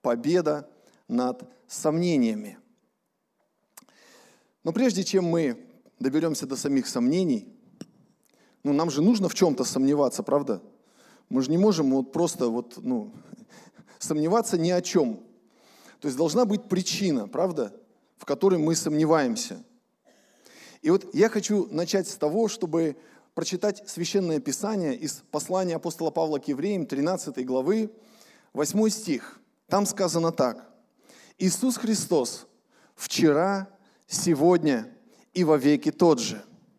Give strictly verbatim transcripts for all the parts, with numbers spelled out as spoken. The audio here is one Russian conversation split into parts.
победа над сомнениями. Но прежде чем мы доберемся до самих сомнений, ну, нам же нужно в чем-то сомневаться, правда? Мы же не можем вот просто вот, ну, сомневаться ни о чем. То есть должна быть причина, правда, в которой мы сомневаемся. И вот я хочу начать с того, чтобы прочитать Священное Писание из послания апостола Павла к евреям, тринадцатой главы, восьмой стих. Там сказано так. «Иисус Христос вчера, сегодня и вовеки тот же».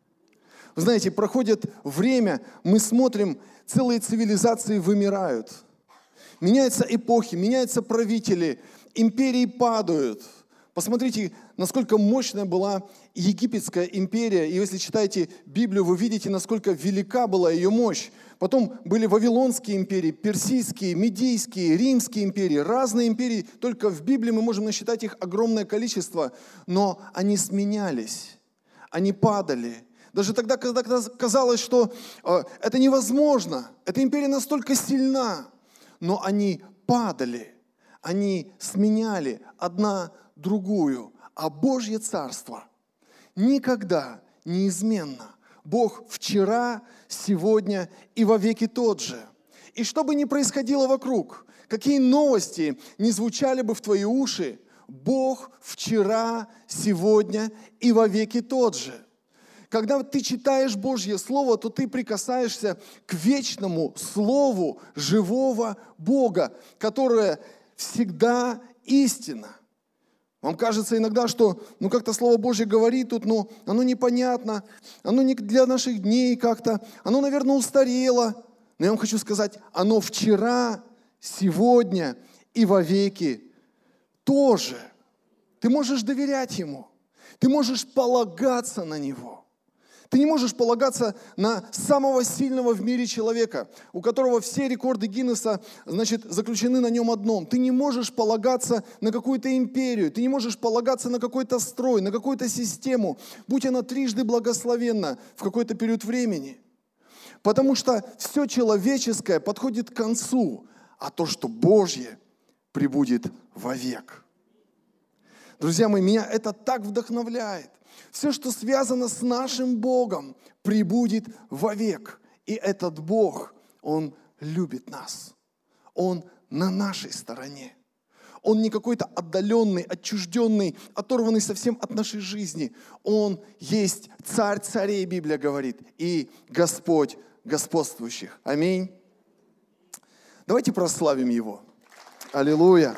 Вы знаете, проходит время, мы смотрим, целые цивилизации вымирают. Меняются эпохи, меняются правители, империи падают. Посмотрите, насколько мощная была египетская империя. И если читаете Библию, вы видите, насколько велика была ее мощь. Потом были вавилонские империи, персидские, медийские, римские империи, разные империи. Только в Библии мы можем насчитать их огромное количество. Но они сменялись, они падали. Даже тогда, когда казалось, что э, это невозможно, эта империя настолько сильна, но они падали, они сменяли одна другую. А Божье Царство никогда неизменно. Бог вчера, сегодня и вовеки тот же. И что бы ни происходило вокруг, какие новости не звучали бы в твои уши, Бог вчера, сегодня и вовеки тот же. Когда ты читаешь Божье Слово, то ты прикасаешься к вечному Слову живого Бога, которое всегда истина. Вам кажется иногда, что ну как-то Слово Божье говорит тут, но оно непонятно, оно не для наших дней как-то, оно, наверное, устарело. Но я вам хочу сказать, оно вчера, сегодня и вовеки тоже. Ты можешь доверять Ему, ты можешь полагаться на Него. Ты не можешь полагаться на самого сильного в мире человека, у которого все рекорды Гиннесса, значит, заключены на нем одном. Ты не можешь полагаться на какую-то империю, ты не можешь полагаться на какой-то строй, на какую-то систему, будь она трижды благословенна в какой-то период времени. Потому что все человеческое подходит к концу, а то, что Божье, пребудет вовек. Друзья мои, меня это так вдохновляет. Все, что связано с нашим Богом, пребудет вовек. И этот Бог, Он любит нас. Он на нашей стороне. Он не какой-то отдаленный, отчужденный, оторванный совсем от нашей жизни. Он есть Царь царей, Библия говорит, и Господь господствующих. Аминь. Давайте прославим Его. Аллилуйя.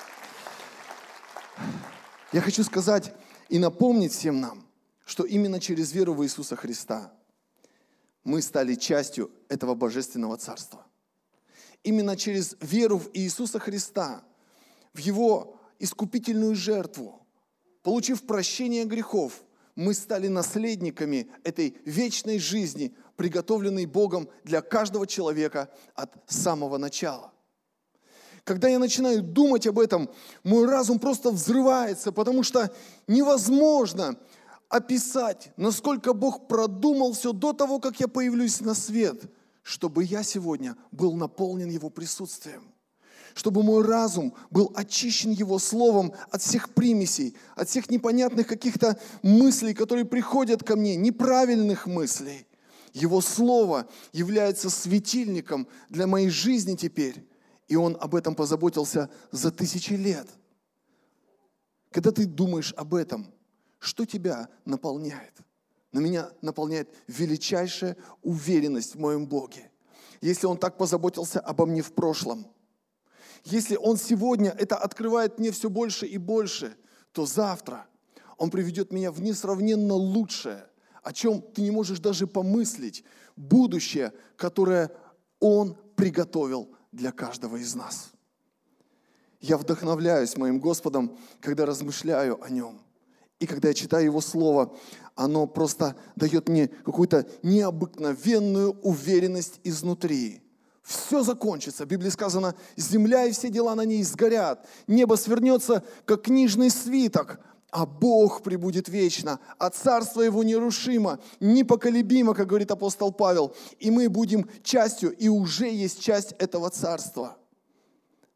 Я хочу сказать и напомнить всем нам, что именно через веру в Иисуса Христа мы стали частью этого Божественного Царства. Именно через веру в Иисуса Христа, в Его искупительную жертву, получив прощение грехов, мы стали наследниками этой вечной жизни, приготовленной Богом для каждого человека от самого начала. Когда я начинаю думать об этом, мой разум просто взрывается, потому что невозможно описать, насколько Бог продумал все до того, как я появлюсь на свет, чтобы я сегодня был наполнен Его присутствием, чтобы мой разум был очищен Его Словом от всех примесей, от всех непонятных каких-то мыслей, которые приходят ко мне, неправильных мыслей. Его Слово является светильником для моей жизни теперь. И Он об этом позаботился за тысячи лет. Когда ты думаешь об этом, что тебя наполняет? На меня наполняет величайшая уверенность в моем Боге. Если Он так позаботился обо мне в прошлом, если Он сегодня это открывает мне все больше и больше, то завтра Он приведет меня в несравненно лучшее, о чем ты не можешь даже помыслить, будущее, которое Он приготовил для каждого из нас. Я вдохновляюсь моим Господом, когда размышляю о Нем. И когда я читаю Его Слово, оно просто дает мне какую-то необыкновенную уверенность изнутри. Все закончится. В Библии сказано, земля и все дела на ней сгорят. Небо свернется, как книжный свиток. А Бог пребудет вечно, а царство Его нерушимо, непоколебимо, как говорит апостол Павел. И мы будем частью, и уже есть часть этого царства.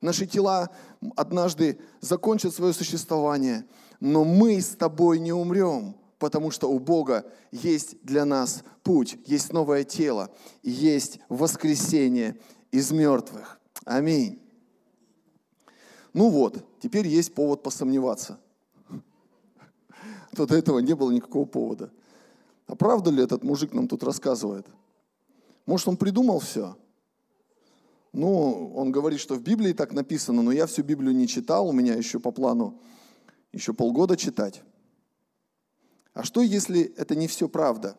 Наши тела однажды закончат свое существование, но мы с тобой не умрем, потому что у Бога есть для нас путь, есть новое тело, и есть воскресение из мертвых. Аминь. Ну вот, теперь есть повод посомневаться. То до этого не было никакого повода. А правда ли этот мужик нам тут рассказывает? Может, он придумал все? Ну, он говорит, что в Библии так написано, но я всю Библию не читал, у меня еще по плану еще полгода читать. А что, если это не все правда?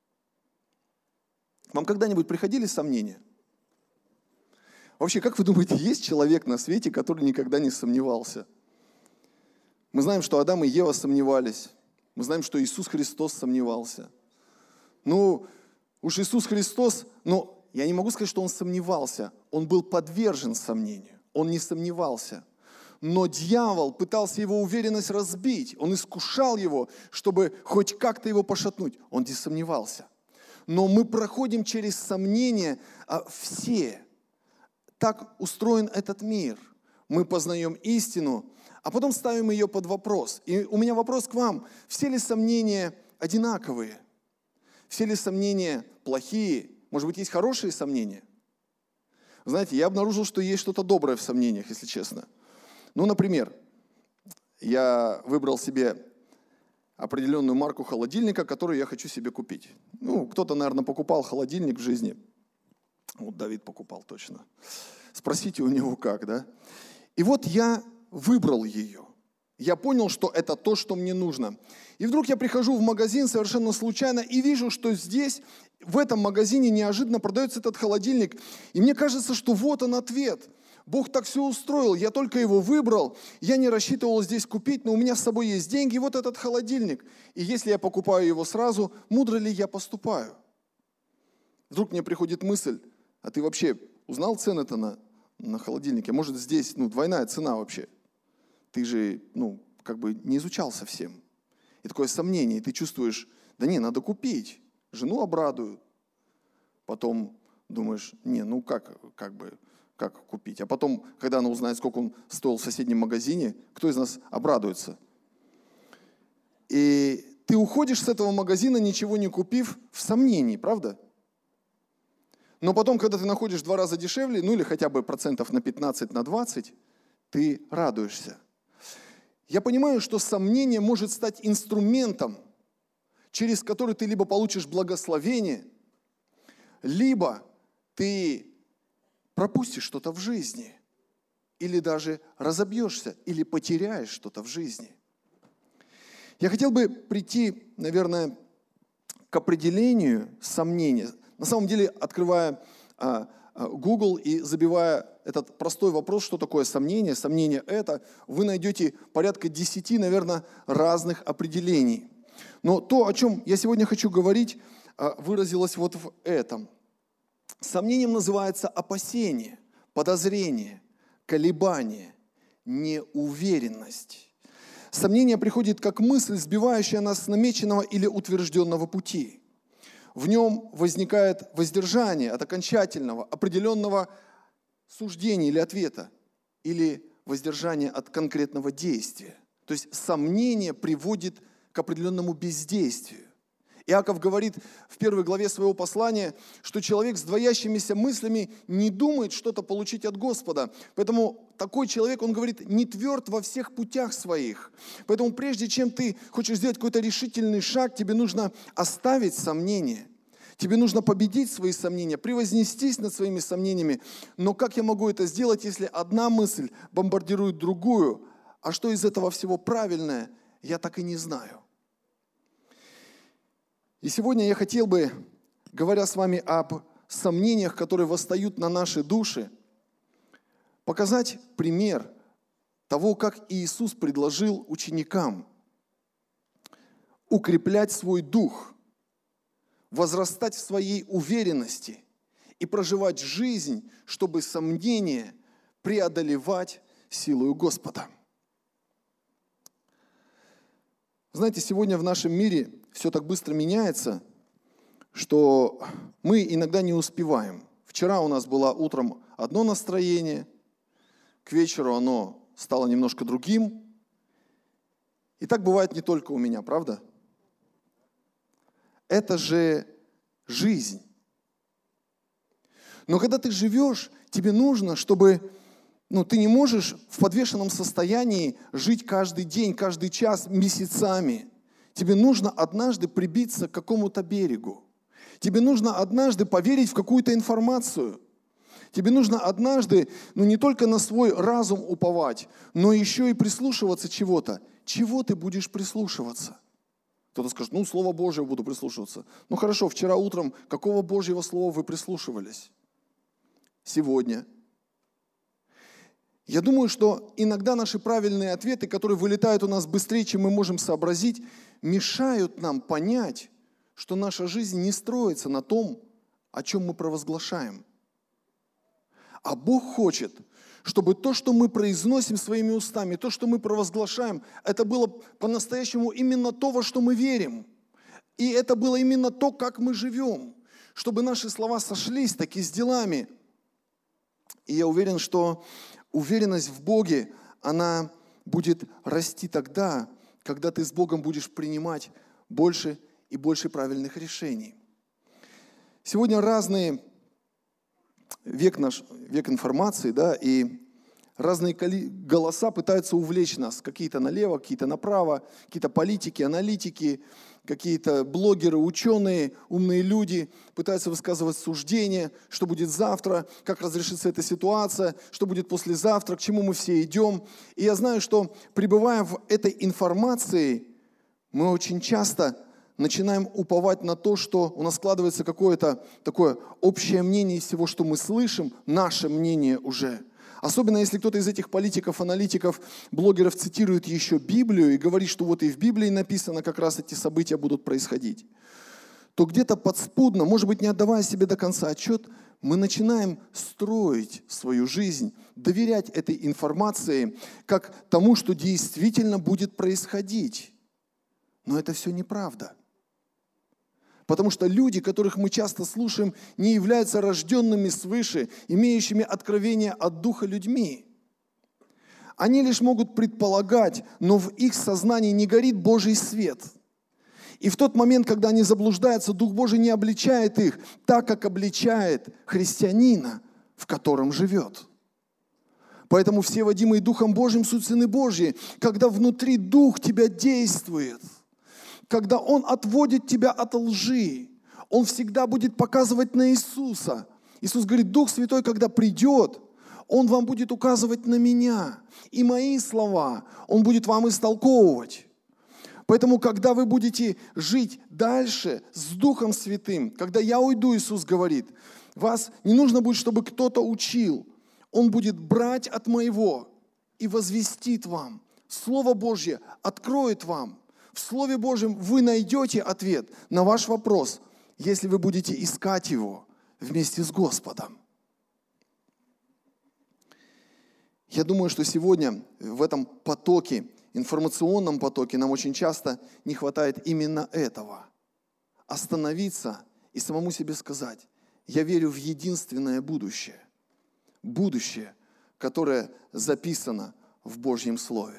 Вам когда-нибудь приходили сомнения? Вообще, как вы думаете, есть человек на свете, который никогда не сомневался? Мы знаем, что Адам и Ева сомневались. Мы знаем, что Иисус Христос сомневался. Ну, уж Иисус Христос, ну, я не могу сказать, что Он сомневался. Он был подвержен сомнению. Он не сомневался. Но дьявол пытался его уверенность разбить. Он искушал его, чтобы хоть как-то его пошатнуть. Он не сомневался. Но мы проходим через сомнения а, все. Так устроен этот мир. Мы познаем истину, а потом ставим ее под вопрос. И у меня вопрос к вам. Все ли сомнения одинаковые? Все ли сомнения плохие? Может быть, есть хорошие сомнения? Знаете, я обнаружил, что есть что-то доброе в сомнениях, если честно. Ну, например, я выбрал себе определенную марку холодильника, которую я хочу себе купить. Ну, кто-то, наверное, покупал холодильник в жизни. Вот Давид покупал точно. Спросите у него как, да? И вот я выбрал ее. Я понял, что это то, что мне нужно. И вдруг я прихожу в магазин совершенно случайно и вижу, что здесь, в этом магазине неожиданно продается этот холодильник. И мне кажется, что вот он ответ. Бог так все устроил, я только его выбрал, я не рассчитывал здесь купить, но у меня с собой есть деньги, вот этот холодильник. И если я покупаю его сразу, мудро ли я поступаю? Вдруг мне приходит мысль, а ты вообще узнал цены-то на, на холодильнике? Может, здесь ну, двойная цена вообще? Ты же, ну, как бы не изучал совсем. И такое сомнение, и ты чувствуешь, да не, надо купить, жену обрадую. Потом думаешь, не, ну как, как бы, как купить? А потом, когда она узнает, сколько он стоил в соседнем магазине, кто из нас обрадуется? И ты уходишь с этого магазина, ничего не купив, в сомнении, правда? Но потом, когда ты находишь в два раза дешевле, ну или хотя бы процентов на пятнадцать, на двадцать, ты радуешься. Я понимаю, что сомнение может стать инструментом, через который ты либо получишь благословение, либо ты пропустишь что-то в жизни, или даже разобьешься, или потеряешь что-то в жизни. Я хотел бы прийти, наверное, к определению сомнения. На самом деле, открывая а, а, Google и забивая этот простой вопрос, что такое сомнение, сомнение это, вы найдете порядка десяти, наверное, разных определений. Но то, о чем я сегодня хочу говорить, а, выразилось вот в этом. Сомнением называется опасение, подозрение, колебание, неуверенность. Сомнение приходит как мысль, сбивающая нас с намеченного или утвержденного пути. В нем возникает воздержание от окончательного, определенного суждения или ответа, или воздержание от конкретного действия. То есть сомнение приводит к определенному бездействию. Иаков говорит в первой главе своего послания, что человек с двоящимися мыслями не думает что-то получить от Господа. Поэтому такой человек, он говорит, не тверд во всех путях своих. Поэтому прежде чем ты хочешь сделать какой-то решительный шаг, тебе нужно оставить сомнения. Тебе нужно победить свои сомнения, превознестись над своими сомнениями. Но как я могу это сделать, если одна мысль бомбардирует другую? А что из этого всего правильное, я так и не знаю. И сегодня я хотел бы, говоря с вами об сомнениях, которые восстают на наши души, показать пример того, как Иисус предложил ученикам укреплять свой дух, возрастать в своей уверенности и проживать жизнь, чтобы сомнения преодолевать силою Господа. Знаете, сегодня в нашем мире все так быстро меняется, что мы иногда не успеваем. Вчера у нас было утром одно настроение, к вечеру оно стало немножко другим. И так бывает не только у меня, правда? Это же жизнь. Но когда ты живешь, тебе нужно, чтобы, ну, ты не можешь в подвешенном состоянии жить каждый день, каждый час, месяцами. Тебе нужно однажды прибиться к какому-то берегу. Тебе нужно однажды поверить в какую-то информацию. Тебе нужно однажды, ну, не только на свой разум уповать, но еще и прислушиваться чего-то. Чего ты будешь прислушиваться? Кто-то скажет, ну, Слово Божие буду прислушиваться. Ну, хорошо, вчера утром какого Божьего Слова вы прислушивались? Сегодня. Я думаю, что иногда наши правильные ответы, которые вылетают у нас быстрее, чем мы можем сообразить, мешают нам понять, что наша жизнь не строится на том, о чем мы провозглашаем. А Бог хочет, чтобы то, что мы произносим своими устами, то, что мы провозглашаем, это было по-настоящему именно то, во что мы верим. И это было именно то, как мы живем. Чтобы наши слова сошлись таки с делами. И я уверен, что уверенность в Боге, она будет расти тогда, когда ты с Богом будешь принимать больше и больше правильных решений. Сегодня разные, век наш, век информации, да, и разные голоса пытаются увлечь нас. Какие-то налево, какие-то направо, какие-то политики, аналитики, какие-то блогеры, ученые, умные люди пытаются высказывать суждения, что будет завтра, как разрешится эта ситуация, что будет послезавтра, к чему мы все идем. И я знаю, что пребывая в этой информации, мы очень часто начинаем уповать на то, что у нас складывается какое-то такое общее мнение из всего, что мы слышим, наше мнение уже. Особенно если кто-то из этих политиков, аналитиков, блогеров цитирует еще Библию и говорит, что вот и в Библии написано, как раз эти события будут происходить, то где-то подспудно, может быть, не отдавая себе до конца отчет, мы начинаем строить свою жизнь, доверять этой информации как тому, что действительно будет происходить. Но это все неправда. Потому что люди, которых мы часто слушаем, не являются рожденными свыше, имеющими откровение от Духа людьми. Они лишь могут предполагать, но в их сознании не горит Божий свет. И в тот момент, когда они заблуждаются, Дух Божий не обличает их так, как обличает христианина, в котором живет. Поэтому все, водимые Духом Божьим, суть сыны Божьи, когда внутри Дух тебя действует, когда Он отводит тебя от лжи, Он всегда будет показывать на Иисуса. Иисус говорит, Дух Святой, когда придет, Он вам будет указывать на Меня. И мои слова Он будет вам истолковывать. Поэтому, когда вы будете жить дальше с Духом Святым, когда я уйду, Иисус говорит, вас не нужно будет, чтобы кто-то учил. Он будет брать от моего и возвестит вам. Слово Божье откроет вам. В Слове Божьем вы найдете ответ на ваш вопрос, если вы будете искать его вместе с Господом. Я думаю, что сегодня в этом потоке, информационном потоке, нам очень часто не хватает именно этого. Остановиться и самому себе сказать, я верю в единственное будущее. Будущее, которое записано в Божьем Слове.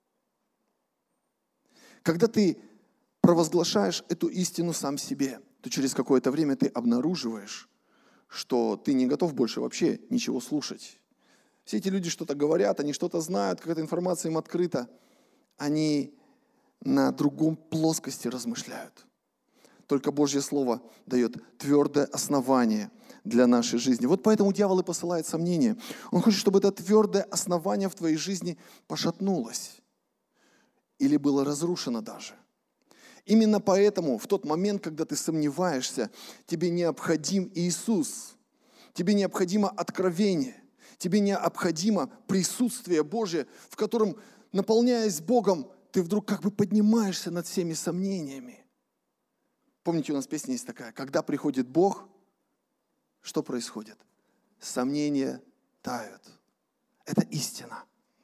Когда ты провозглашаешь эту истину сам себе, то через какое-то время ты обнаруживаешь, что ты не готов больше вообще ничего слушать. Все эти люди что-то говорят, они что-то знают, какая-то информация им открыта. Они на другом плоскости размышляют. Только Божье Слово дает твердое основание для нашей жизни. Вот поэтому дьявол и посылает сомнения. Он хочет, чтобы это твердое основание в твоей жизни пошатнулось. Или было разрушено даже. Именно поэтому в тот момент, когда ты сомневаешься, тебе необходим Иисус. Тебе необходимо откровение. Тебе необходимо присутствие Божие, в котором, наполняясь Богом, ты вдруг как бы поднимаешься над всеми сомнениями. Помните, у нас песня есть такая: когда приходит Бог, что происходит? Сомнения тают. Это истина.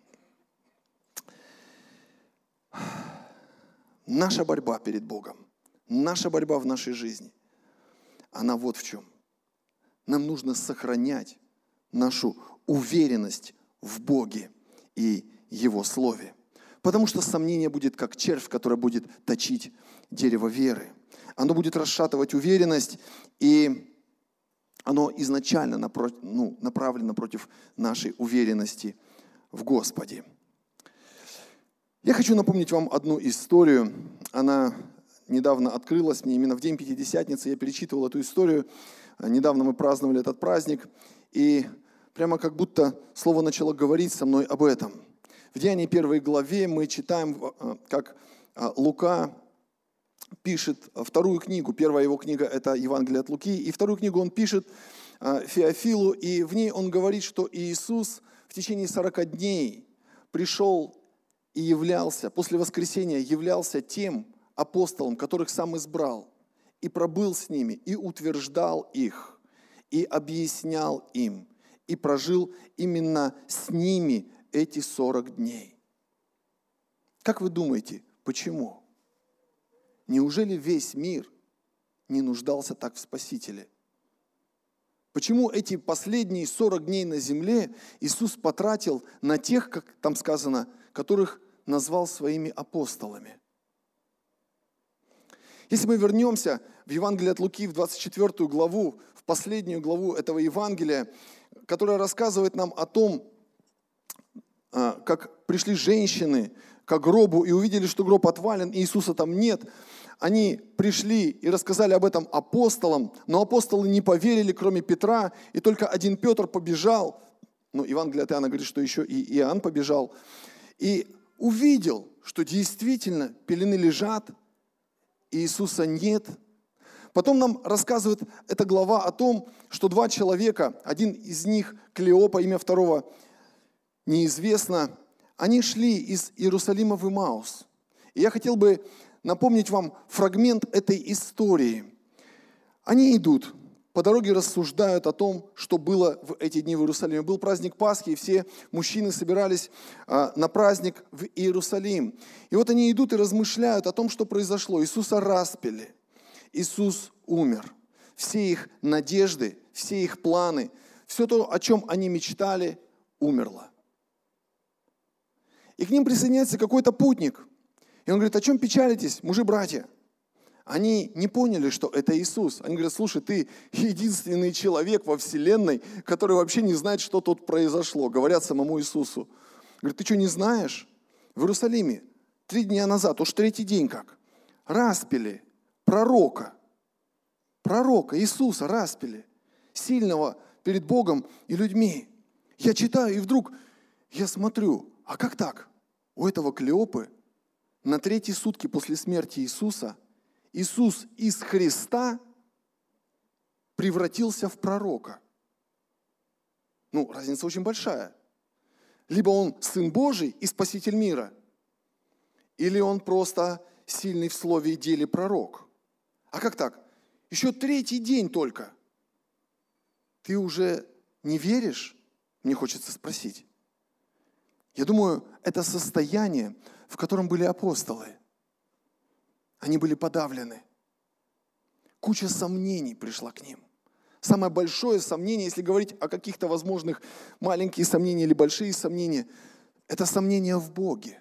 Наша борьба перед Богом, наша борьба в нашей жизни, она вот в чем. Нам нужно сохранять нашу уверенность в Боге и Его Слове. Потому что сомнение будет как червь, который будет точить дерево веры. Оно будет расшатывать уверенность, и оно изначально напротив, ну, направлено против нашей уверенности в Господе. Я хочу напомнить вам одну историю. Она недавно открылась мне именно в день Пятидесятницы. Я перечитывал эту историю. Недавно мы праздновали этот праздник. И прямо как будто Слово начало говорить со мной об этом. В Деянии первой главе мы читаем, как Лука пишет вторую книгу. Первая его книга – это Евангелие от Луки. И вторую книгу он пишет Феофилу. И в ней он говорит, что Иисус в течение сорока дней пришел и являлся, после воскресения являлся тем апостолам, которых сам избрал, и пробыл с ними, и утверждал их, и объяснял им, и прожил именно с ними эти сорок дней. Как вы думаете, почему? Неужели весь мир не нуждался так в Спасителе? Почему эти последние сорок дней на земле Иисус потратил на тех, как там сказано, которых назвал своими апостолами? Если мы вернемся в Евангелие от Луки, в двадцать четвёртую главу, в последнюю главу этого Евангелия, которая рассказывает нам о том, как пришли женщины к гробу и увидели, что гроб отвален, и Иисуса там нет. Они пришли и рассказали об этом апостолам, но апостолы не поверили, кроме Петра, и только один Петр побежал. Ну, Евангелие от Иоанна говорит, что еще и Иоанн побежал. И увидел, что действительно пелены лежат, и Иисуса нет. Потом нам рассказывает эта глава о том, что два человека, один из них Клеопа, имя второго неизвестно, они шли из Иерусалима в Имаус. И я хотел бы напомнить вам фрагмент этой истории. Они идут, по дороге рассуждают о том, что было в эти дни в Иерусалиме. Был праздник Пасхи, и все мужчины собирались а, на праздник в Иерусалим. И вот они идут и размышляют о том, что произошло. Иисуса распяли, Иисус умер. Все их надежды, все их планы, все то, о чем они мечтали, умерло. И к ним присоединяется какой-то путник. И он говорит: о чем печалитесь, мужи-братья? Они не поняли, что это Иисус. Они говорят: слушай, ты единственный человек во вселенной, который вообще не знает, что тут произошло. Говорят самому Иисусу. Говорит: ты что, не знаешь? В Иерусалиме три дня назад, уж третий день как, распяли пророка. Пророка Иисуса распяли. Сильного перед Богом и людьми. Я читаю, и вдруг я смотрю, а как так? У этого Клеопы на третьи сутки после смерти Иисуса Иисус из Христа превратился в пророка. Ну, разница очень большая. Либо он Сын Божий и Спаситель мира, или он просто сильный в слове и деле пророк. А как так? Еще третий день только. Ты уже не веришь? Мне хочется спросить. Я думаю, это состояние, в котором были апостолы. Они были подавлены. Куча сомнений пришла к ним. Самое большое сомнение, если говорить о каких-то возможных маленьких сомнениях или большие сомнения, это сомнение в Боге.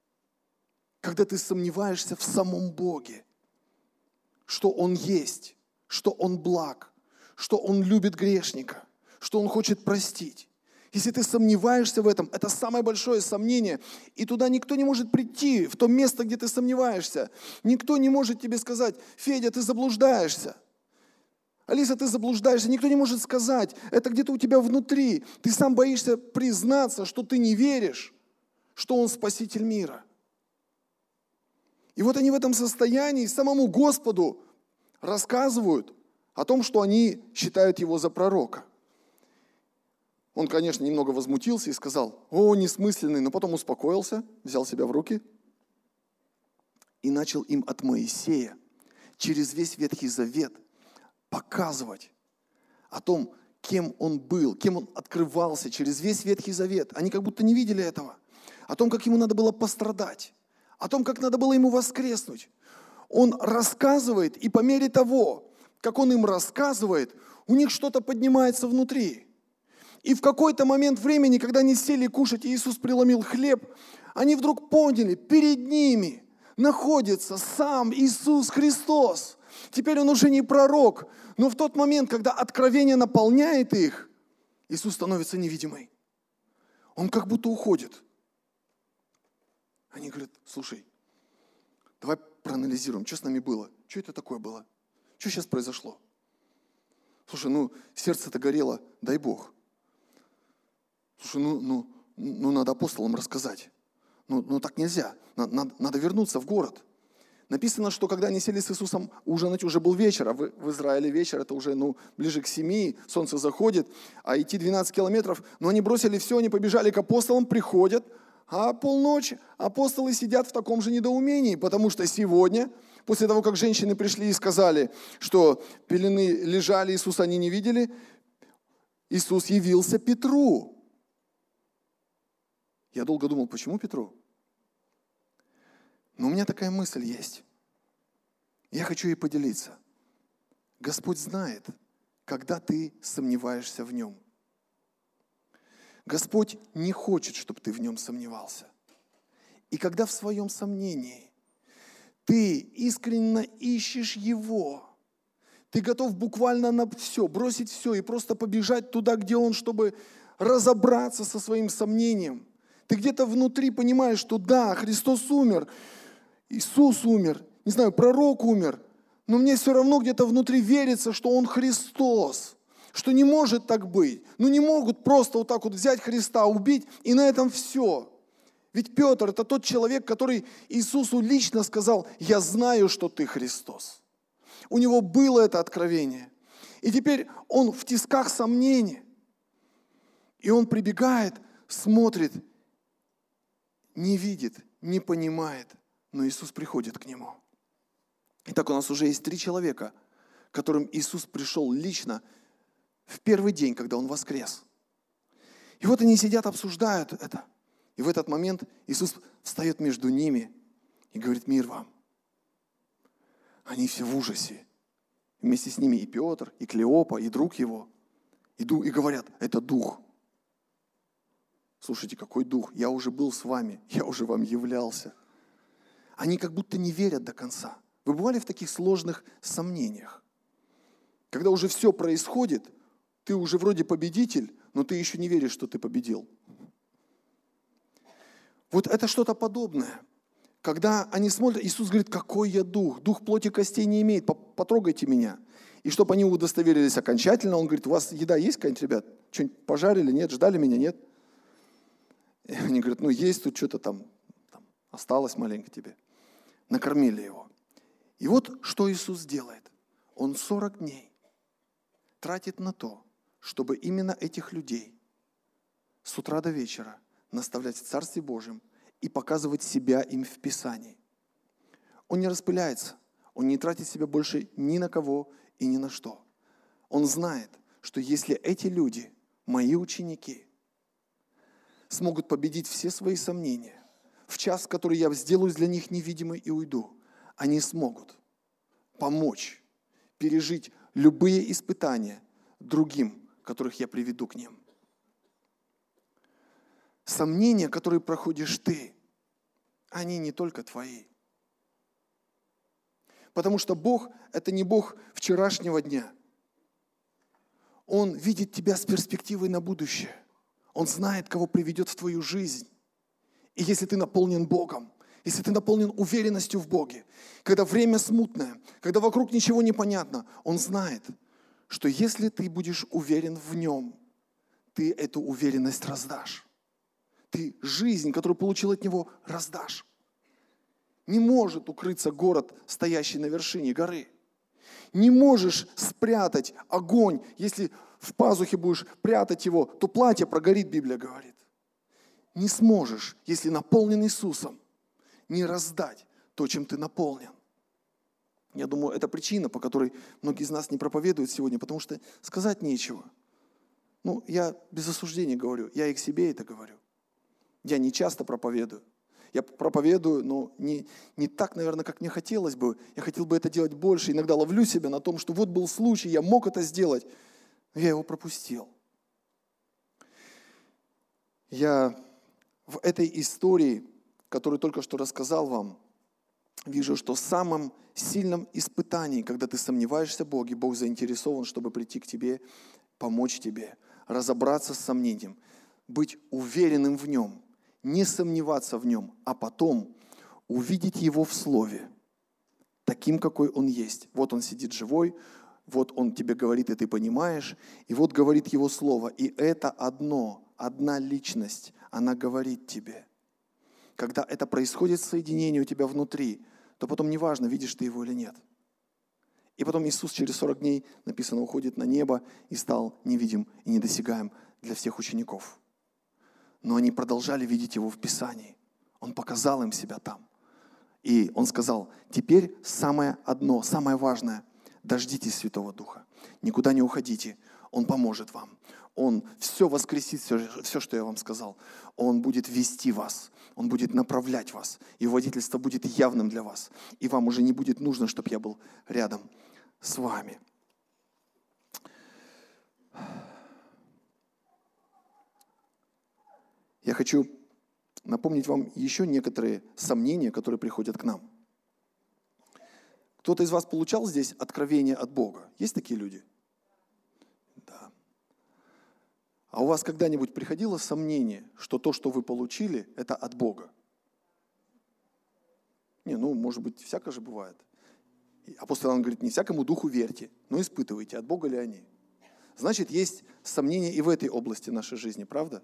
Когда ты сомневаешься в самом Боге, что Он есть, что Он благ, что Он любит грешника, что Он хочет простить. Если ты сомневаешься в этом, это самое большое сомнение. И туда никто не может прийти, в то место, где ты сомневаешься. Никто не может тебе сказать: Федя, ты заблуждаешься. Алиса, ты заблуждаешься. Никто не может сказать. Это где-то у тебя внутри. Ты сам боишься признаться, что ты не веришь, что Он Спаситель мира. И вот они в этом состоянии самому Господу рассказывают о том, что они считают Его за пророка. Он, конечно, немного возмутился и сказал: о, несмысленный, но потом успокоился, взял себя в руки и начал им от Моисея через весь Ветхий Завет показывать о том, кем он был, кем он открывался через весь Ветхий Завет. Они как будто не видели этого. О том, как ему надо было пострадать, о том, как надо было ему воскреснуть. Он рассказывает, и по мере того, как он им рассказывает, у них что-то поднимается внутри. И в какой-то момент времени, когда они сели кушать, и Иисус преломил хлеб, они вдруг поняли, перед ними находится сам Иисус Христос. Теперь Он уже не пророк, но в тот момент, когда откровение наполняет их, Иисус становится невидимый. Он как будто уходит. Они говорят: слушай, давай проанализируем, что с нами было, что это такое было, что сейчас произошло. Слушай, ну сердце-то горело, дай Бог. Слушай, ну, ну, ну надо апостолам рассказать. Ну, ну так нельзя, надо, надо вернуться в город. Написано, что когда они сели с Иисусом ужинать, уже был вечер, а в, в Израиле вечер, это уже ну, ближе к семи, солнце заходит, а идти двенадцать километров. Но они бросили все, они побежали к апостолам, приходят, а полночь апостолы сидят в таком же недоумении, потому что сегодня, после того, как женщины пришли и сказали, что пелены лежали, Иисуса они не видели, Иисус явился Петру. Я долго думал, почему Петру? Но у меня такая мысль есть. Я хочу ей поделиться. Господь знает, когда ты сомневаешься в Нем. Господь не хочет, чтобы ты в Нем сомневался. И когда в своем сомнении ты искренне ищешь Его, ты готов буквально на все, бросить все и просто побежать туда, где Он, чтобы разобраться со своим сомнением. Ты где-то внутри понимаешь, что да, Христос умер, Иисус умер, не знаю, пророк умер, но мне все равно где-то внутри верится, что Он Христос, что не может так быть. Ну не могут просто вот так вот взять Христа, убить, и на этом все. Ведь Петр – это тот человек, который Иисусу лично сказал: «Я знаю, что ты Христос». У него было это откровение. И теперь он в тисках сомнений. И он прибегает, смотрит, не видит, не понимает, но Иисус приходит к нему. Итак, у нас уже есть три человека, к которым Иисус пришел лично в первый день, когда Он воскрес. И вот они сидят, обсуждают это. И в этот момент Иисус встает между ними и говорит: мир вам. Они все в ужасе. Вместе с ними и Петр, и Клеопа, и друг его. И говорят: это дух. Слушайте, какой дух? Я уже был с вами, я уже вам являлся. Они как будто не верят до конца. Вы бывали в таких сложных сомнениях? Когда уже все происходит, ты уже вроде победитель, но ты еще не веришь, что ты победил. Вот это что-то подобное. Когда они смотрят, Иисус говорит: какой я дух? Дух плоти костей не имеет, потрогайте меня. И чтобы они удостоверились окончательно, Он говорит: у вас еда есть какая-нибудь, ребят? Что-нибудь пожарили? Нет? Ждали меня? Нет? И они говорят: ну есть тут что-то там, там осталось маленько тебе. Накормили его. И вот что Иисус делает. Он сорок дней тратит на то, чтобы именно этих людей с утра до вечера наставлять в Царстве Божьем и показывать себя им в Писании. Он не распыляется, он не тратит себя больше ни на кого и ни на что. Он знает, что если эти люди, мои ученики, смогут победить все свои сомнения, в час, в который я сделаю для них невидимой и уйду, они смогут помочь пережить любые испытания другим, которых я приведу к ним. Сомнения, которые проходишь ты, они не только твои. Потому что Бог – это не Бог вчерашнего дня. Он видит тебя с перспективой на будущее. Он знает, кого приведет в твою жизнь. И если ты наполнен Богом, если ты наполнен уверенностью в Боге, когда время смутное, когда вокруг ничего не понятно, Он знает, что если ты будешь уверен в Нем, ты эту уверенность раздашь. Ты жизнь, которую получил от Него, раздашь. Не может укрыться город, стоящий на вершине горы. Не можешь спрятать огонь. Если в пазухе будешь прятать его, то платье прогорит, Библия говорит. Не сможешь, если наполнен Иисусом, не раздать то, чем ты наполнен. Я думаю, это причина, по которой многие из нас не проповедуют сегодня, потому что сказать нечего. Ну, я без осуждения говорю, я и к себе это говорю. Я не часто проповедую. Я проповедую, но не, не так, наверное, как мне хотелось бы. Я хотел бы это делать больше. Иногда ловлю себя на том, что вот был случай, я мог это сделать, но я его пропустил. Я в этой истории, которую только что рассказал вам, вижу, что в самом сильном испытании, когда ты сомневаешься в Боге, Бог заинтересован, чтобы прийти к тебе, помочь тебе, разобраться с сомнением, быть уверенным в Нем, не сомневаться в Нем, а потом увидеть Его в Слове, таким, какой Он есть. Вот Он сидит живой, вот Он тебе говорит, и ты понимаешь, и вот говорит Его Слово. И это одно, одна личность, она говорит тебе. Когда это происходит соединение у тебя внутри, то потом неважно, видишь ты Его или нет. И потом Иисус через сорок дней, написано, уходит на небо и стал невидим и недосягаем для всех учеников. Но они продолжали видеть Его в Писании. Он показал им себя там. И Он сказал, теперь самое одно, самое важное, дождитесь Святого Духа. Никуда не уходите, Он поможет вам. Он все воскресит, все, все, что я вам сказал. Он будет вести вас, Он будет направлять вас. Его водительство будет явным для вас. И вам уже не будет нужно, чтобы я был рядом с вами. Я хочу напомнить вам еще некоторые сомнения, которые приходят к нам. Кто-то из вас получал здесь откровение от Бога? Есть такие люди? Да. А у вас когда-нибудь приходило сомнение, что то, что вы получили, это от Бога? Не, ну, может быть, всякое же бывает. Апостол Иоанн говорит, не всякому духу верьте, но испытывайте, от Бога ли они. Значит, есть сомнения и в этой области нашей жизни, правда?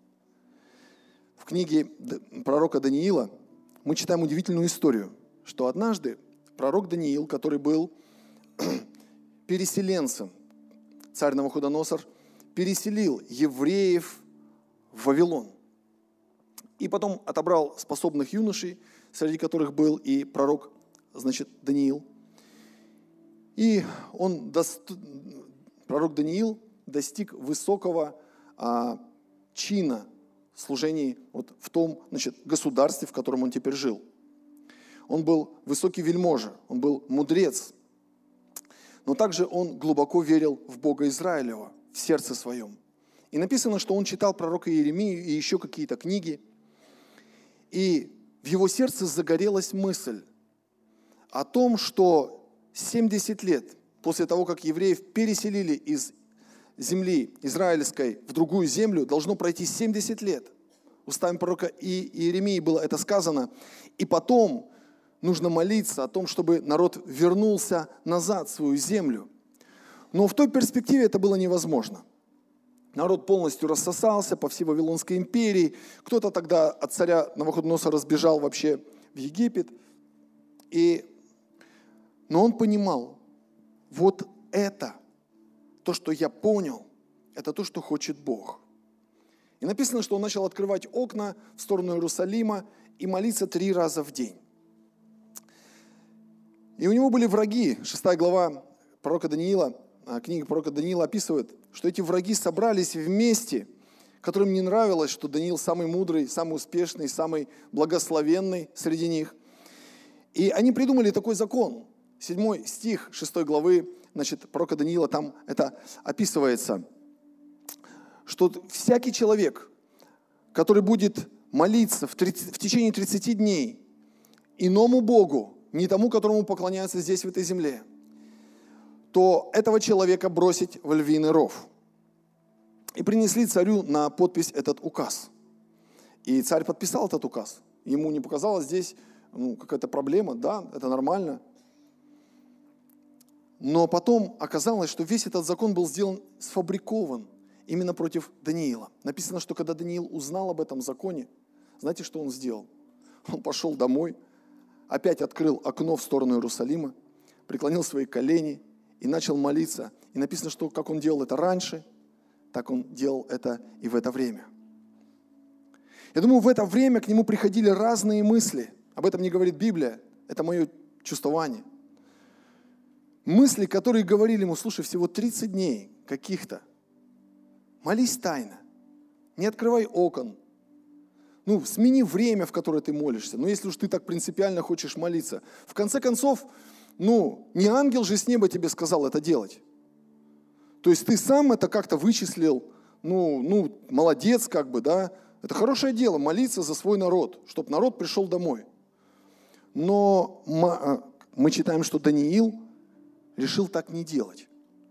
В книге пророка Даниила мы читаем удивительную историю, что однажды пророк Даниил, который был переселенцем, царь Навуходоносор, переселил евреев в Вавилон. И потом отобрал способных юношей, среди которых был и пророк, значит, Даниил. И он, пророк Даниил достиг высокого а, чина служений вот в том, значит, государстве, в котором он теперь жил. Он был высокий вельможа, он был мудрец, но также он глубоко верил в Бога Израилева, в сердце своем. И написано, что он читал пророка Иеремию и еще какие-то книги, и в его сердце загорелась мысль о том, что семьдесят лет после того, как евреев переселили из земли израильской в другую землю, должно пройти семьдесят лет. Устами пророка Иеремии было это сказано. И потом нужно молиться о том, чтобы народ вернулся назад в свою землю. Но в той перспективе это было невозможно. Народ полностью рассосался по всей Вавилонской империи. Кто-то тогда от царя Навуходоносора разбежал вообще в Египет. И... Но он понимал, вот это, то, что я понял, это то, что хочет Бог. И написано, что он начал открывать окна в сторону Иерусалима и молиться три раза в день. И у него были враги. Шестая глава пророка Даниила, книга пророка Даниила описывает, что эти враги собрались вместе, которым не нравилось, что Даниил самый мудрый, самый успешный, самый благословенный среди них. И они придумали такой закон. Седьмой стих шестой главы, значит, пророка Даниила, там это описывается, что всякий человек, который будет молиться в, тридцать, в течение тридцати дней иному Богу, не тому, которому поклоняются здесь, в этой земле, то этого человека бросить в львиный ров. И принесли царю на подпись этот указ. И царь подписал этот указ. Ему не показалось здесь ну, какая-то проблема, да, это нормально. Но потом оказалось, что весь этот закон был сделан, сфабрикован именно против Даниила. Написано, что когда Даниил узнал об этом законе, знаете, что он сделал? Он пошел домой, опять открыл окно в сторону Иерусалима, преклонил свои колени и начал молиться. И написано, что как он делал это раньше, так он делал это и в это время. Я думаю, в это время к нему приходили разные мысли. Об этом не говорит Библия, это мое чувствование. Мысли, которые говорили ему, слушай, всего тридцать дней каких-то. Молись тайно, не открывай окон. Ну, смени время, в которое ты молишься. Но если уж ты так принципиально хочешь молиться. В конце концов, ну, не ангел же с неба тебе сказал это делать. То есть ты сам это как-то вычислил, ну, ну молодец как бы, да, Это хорошее дело, молиться за свой народ, чтобы народ пришел домой. Но мы читаем, что Даниил решил так не делать.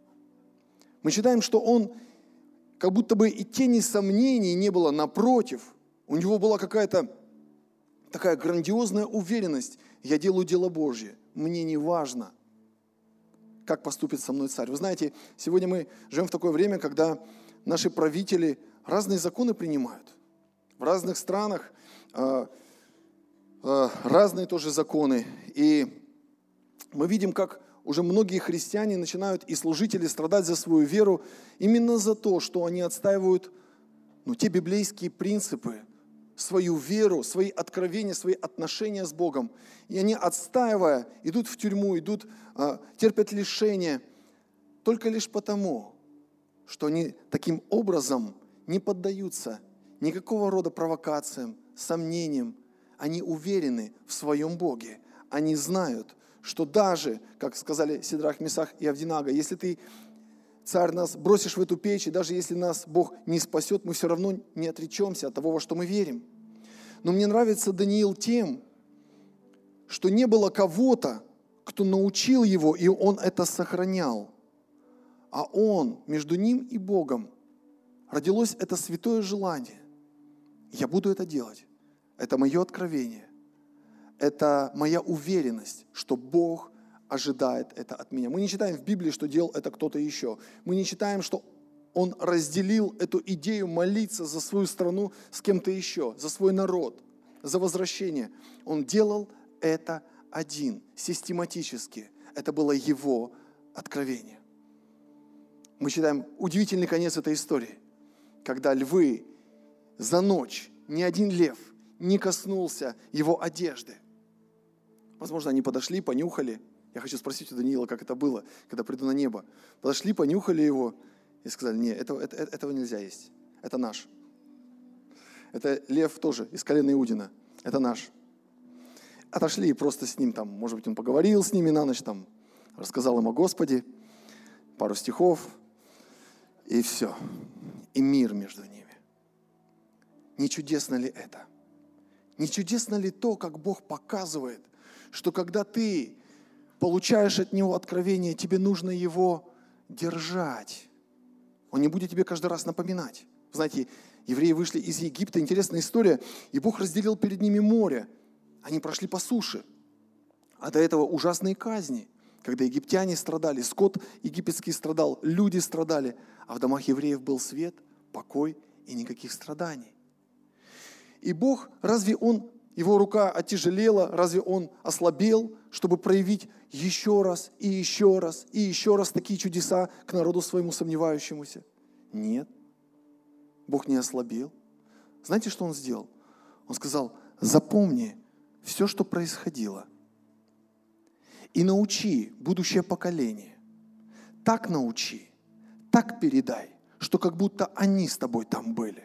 Мы читаем, что он, как будто бы и тени сомнений не было, напротив, у него была какая-то такая грандиозная уверенность: я делаю дело Божье, мне не важно, как поступит со мной царь. Вы знаете, сегодня мы живем в такое время, когда наши правители разные законы принимают. В разных странах э, э, разные тоже законы. И мы видим, как уже многие христиане начинают и служители страдать за свою веру именно за то, что они отстаивают ну, те библейские принципы, свою веру, свои откровения, свои отношения с Богом. И они, отстаивая, идут в тюрьму, идут, э, терпят лишения только лишь потому, что они таким образом не поддаются никакого рода провокациям, сомнениям. Они уверены в своем Боге. Они знают, что даже, как сказали Сидрах, Месах и Авдинага, если ты, царь, нас бросишь в эту печь, и даже если нас Бог не спасет, мы все равно не отречемся от того, во что мы верим. Но мне нравится Даниил тем, что не было кого-то, кто научил его, и он это сохранял. А он, между ним и Богом, родилось это святое желание. Я буду это делать. Это мое откровение. Это моя уверенность, что Бог ожидает это от меня. Мы не читаем в Библии, что делал это кто-то еще. Мы не читаем, что он разделил эту идею молиться за свою страну с кем-то еще, за свой народ, за возвращение. Он делал это один, систематически. Это было его откровение. Мы читаем удивительный конец этой истории, когда львы за ночь, ни один лев не коснулся его одежды. Возможно, они подошли, понюхали. Я хочу спросить у Даниила, как это было, когда приду на небо. Подошли, понюхали его и сказали: нет, этого, это, этого нельзя есть. Это наш. Это лев тоже из колена Иудина. Это наш. Отошли и просто с ним там, может быть, он поговорил с ними на ночь, там, рассказал им о Господе, пару стихов, и все. И мир между ними. Не чудесно ли это? Не чудесно ли то, как Бог показывает, что когда ты получаешь от Него откровение, тебе нужно его держать. Он не будет тебе каждый раз напоминать. Знаете, евреи вышли из Египта, интересная история, и Бог разделил перед ними море. Они прошли по суше. А до этого ужасные казни, когда египтяне страдали, скот египетский страдал, люди страдали, а в домах евреев был свет, покой и никаких страданий. И Бог, разве Он, Его рука оттяжелела, разве Он ослабел, чтобы проявить еще раз и еще раз и еще раз такие чудеса к народу своему сомневающемуся? Нет, Бог не ослабел. Знаете, что Он сделал? Он сказал: запомни все, что происходило, и научи будущее поколение. Так научи, так передай, что как будто они с тобой там были.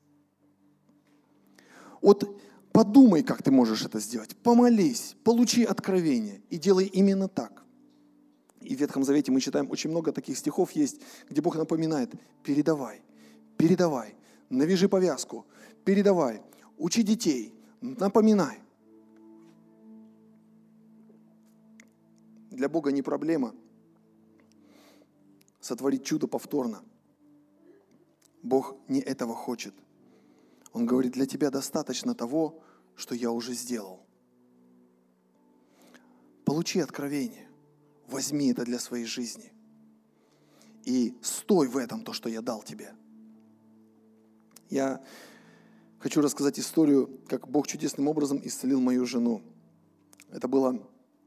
Вот подумай, как ты можешь это сделать. Помолись, получи откровение и делай именно так. И в Ветхом Завете мы читаем очень много таких стихов есть, где Бог напоминает: передавай, передавай, навяжи повязку, передавай, учи детей, напоминай. Для Бога не проблема сотворить чудо повторно. Бог не этого хочет. Он говорит: для тебя достаточно того, что я уже сделал. Получи откровение, возьми это для своей жизни и стой в этом, то, что я дал тебе. Я хочу рассказать историю, как Бог чудесным образом исцелил мою жену. Это было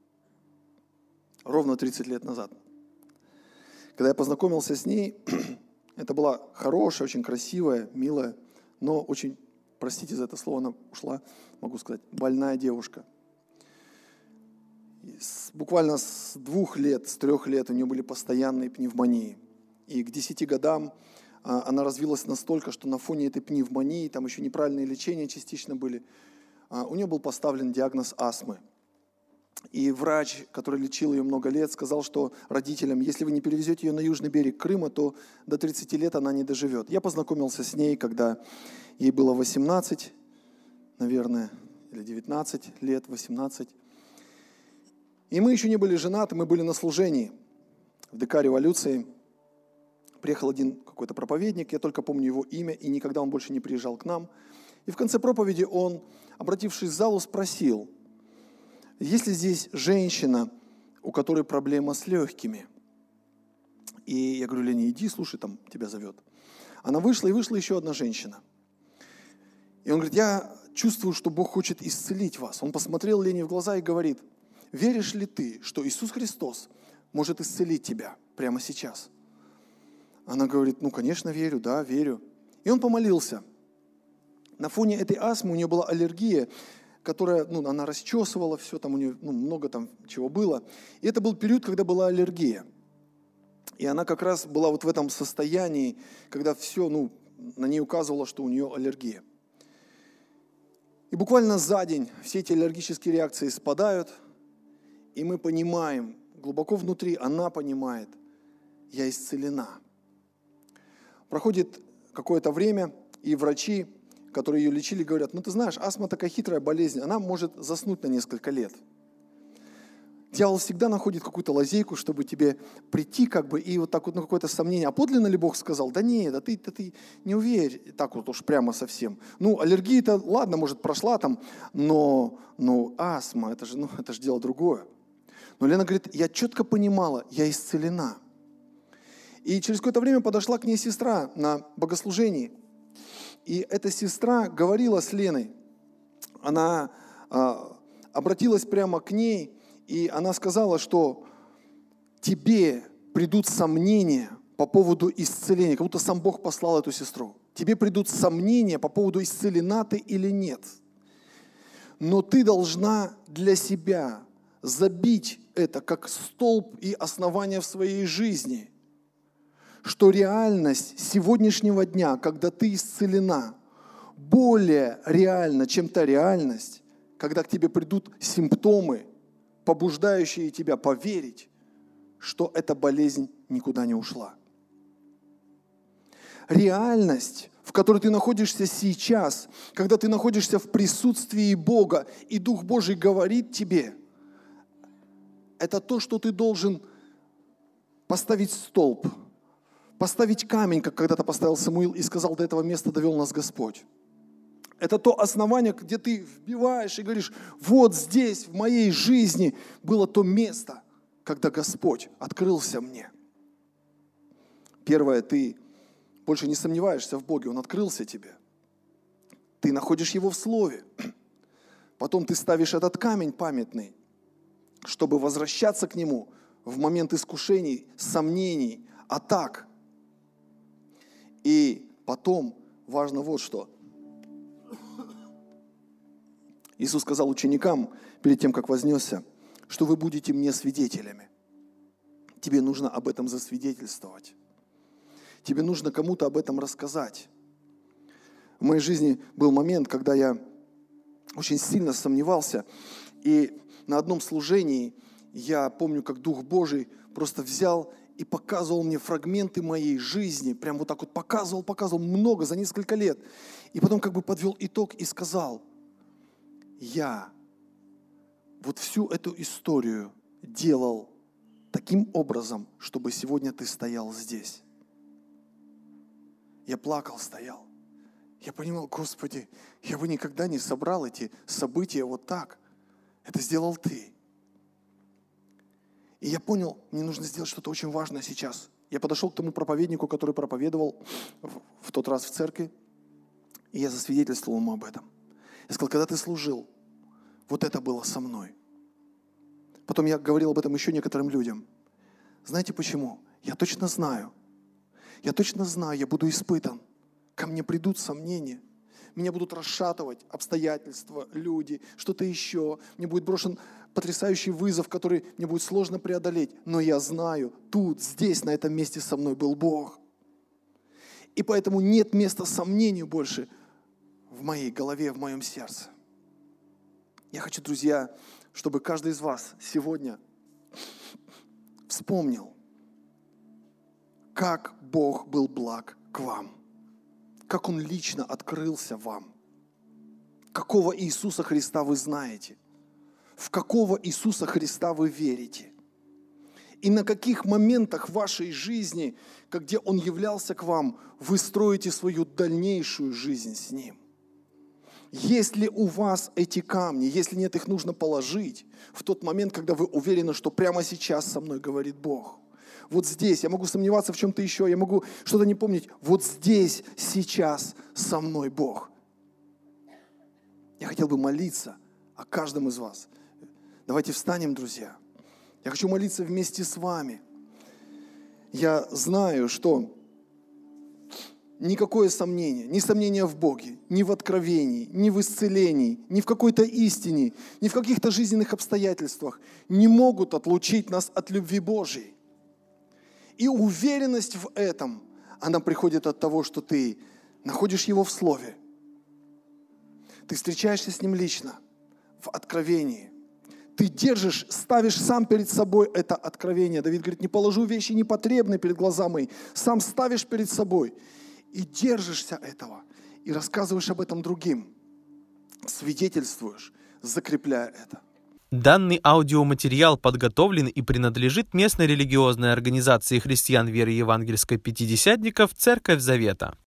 ровно тридцать лет назад. Когда я познакомился с ней, это была хорошая, очень красивая, милая, но очень, простите за это слово, она ушла, могу сказать, больная девушка. С, буквально с двух лет, с трех лет у нее были постоянные пневмонии. И к десяти годам а, она развилась настолько, что на фоне этой пневмонии, там еще неправильные лечения частично были, а, у нее был поставлен диагноз астмы. И врач, который лечил ее много лет, сказал, что родителям, если вы не перевезете ее на южный берег Крыма, то до тридцати лет она не доживет. Я познакомился с ней, когда ей было восемнадцать, наверное, или девятнадцать лет, восемнадцать. И мы еще не были женаты, мы были на служении в ДК «Революции». Приехал один какой-то проповедник, я только помню его имя, и никогда он больше не приезжал к нам. И в конце проповеди он, обратившись к залу, спросил: есть ли здесь женщина, у которой проблема с легкими? И я говорю: Леня, иди, слушай, там тебя зовет. Она вышла, и вышла еще одна женщина. И он говорит: я чувствую, что Бог хочет исцелить вас. Он посмотрел Лене в глаза и говорит: веришь ли ты, что Иисус Христос может исцелить тебя прямо сейчас? Она говорит: ну, конечно, верю, да, верю. И он помолился. На фоне этой астмы у нее была аллергия, которая, ну, она расчесывала все, там у нее, ну, много там чего было. И это был период, когда была аллергия. И она как раз была вот в этом состоянии, когда все, ну, на ней указывало, что у нее аллергия. И буквально за день все эти аллергические реакции спадают, и мы понимаем, глубоко внутри она понимает: я исцелена. Проходит какое-то время, и врачи, которые ее лечили, говорят: ну ты знаешь, астма такая хитрая болезнь, она может заснуть на несколько лет. Дьявол всегда находит какую-то лазейку, чтобы тебе прийти как бы и вот так вот на какое-то сомнение. А подлинно ли Бог сказал? Да нет, да ты, да ты не уверь так вот уж прямо совсем. Ну, аллергия-то, ладно, может, прошла там, но, но астма, это же, ну, это же дело другое. Но Лена говорит: я четко понимала, я исцелена. И через какое-то время подошла к ней сестра на богослужении. И эта сестра говорила с Леной. Она а, обратилась прямо к ней, и она сказала, что тебе придут сомнения по поводу исцеления, как будто сам Бог послал эту сестру. Тебе придут сомнения по поводу, исцелена ты или нет. Но ты должна для себя забить это как столб и основание в своей жизни, что реальность сегодняшнего дня, когда ты исцелена, более реальна, чем та реальность, когда к тебе придут симптомы, побуждающие тебя поверить, что эта болезнь никуда не ушла. Реальность, в которой ты находишься сейчас, когда ты находишься в присутствии Бога, и Дух Божий говорит тебе, это то, что ты должен поставить столб, поставить камень, как когда-то поставил Самуил и сказал: до этого места довел нас Господь. Это то основание, где ты вбиваешь и говоришь: вот здесь, в моей жизни, было то место, когда Господь открылся мне. Первое, ты больше не сомневаешься в Боге, Он открылся тебе. Ты находишь Его в Слове. Потом ты ставишь этот камень памятный, чтобы возвращаться к Нему в момент искушений, сомнений, атак. И потом важно вот что. Иисус сказал ученикам, перед тем, как вознесся, что вы будете мне свидетелями. Тебе нужно об этом засвидетельствовать. Тебе нужно кому-то об этом рассказать. В моей жизни был момент, когда я очень сильно сомневался, и на одном служении я помню, как Дух Божий просто взял и показывал мне фрагменты моей жизни, прям вот так вот показывал, показывал много за несколько лет. И потом как бы подвел итог и сказал: я вот всю эту историю делал таким образом, чтобы сегодня ты стоял здесь. Я плакал, стоял. Я понимал: Господи, я бы никогда не собрал эти события вот так. Это сделал Ты. И я понял, мне нужно сделать что-то очень важное сейчас. Я подошел к тому проповеднику, который проповедовал в, в тот раз в церкви, и я засвидетельствовал ему об этом. Я сказал: когда ты служил, вот это было со мной. Потом я говорил об этом еще некоторым людям. Знаете почему? Я точно знаю. Я точно знаю, я буду испытан. Ко мне придут сомнения. Меня будут расшатывать обстоятельства, люди, что-то еще. Мне будет брошен потрясающий вызов, который мне будет сложно преодолеть. Но я знаю, тут, здесь, на этом месте со мной был Бог. И поэтому нет места сомнению больше в моей голове, в моем сердце. Я хочу, друзья, чтобы каждый из вас сегодня вспомнил, как Бог был благ к вам, как Он лично открылся вам, какого Иисуса Христа вы знаете, в какого Иисуса Христа вы верите, и на каких моментах в вашей жизни, где Он являлся к вам, вы строите свою дальнейшую жизнь с Ним. Есть ли у вас эти камни? Если нет, их нужно положить в тот момент, когда вы уверены, что прямо сейчас со мной говорит Бог. Вот здесь, я могу сомневаться в чем-то еще, я могу что-то не помнить. Вот здесь, сейчас со мной Бог. Я хотел бы молиться о каждом из вас. Давайте встанем, друзья. Я хочу молиться вместе с вами. Я знаю, что никакое сомнение, ни сомнение в Боге, ни в откровении, ни в исцелении, ни в какой-то истине, ни в каких-то жизненных обстоятельствах не могут отлучить нас от любви Божьей. И уверенность в этом, она приходит от того, что ты находишь Его в Слове. Ты встречаешься с Ним лично, в откровении. Ты держишь, ставишь сам перед собой это откровение. Давид говорит, не положу вещи непотребные перед глаза мои. Сам ставишь перед собой и держишься этого. И рассказываешь об этом другим. Свидетельствуешь, закрепляя это. Данный аудиоматериал подготовлен и принадлежит местной религиозной организации христиан веры евангельской пятидесятников «Церковь Завета».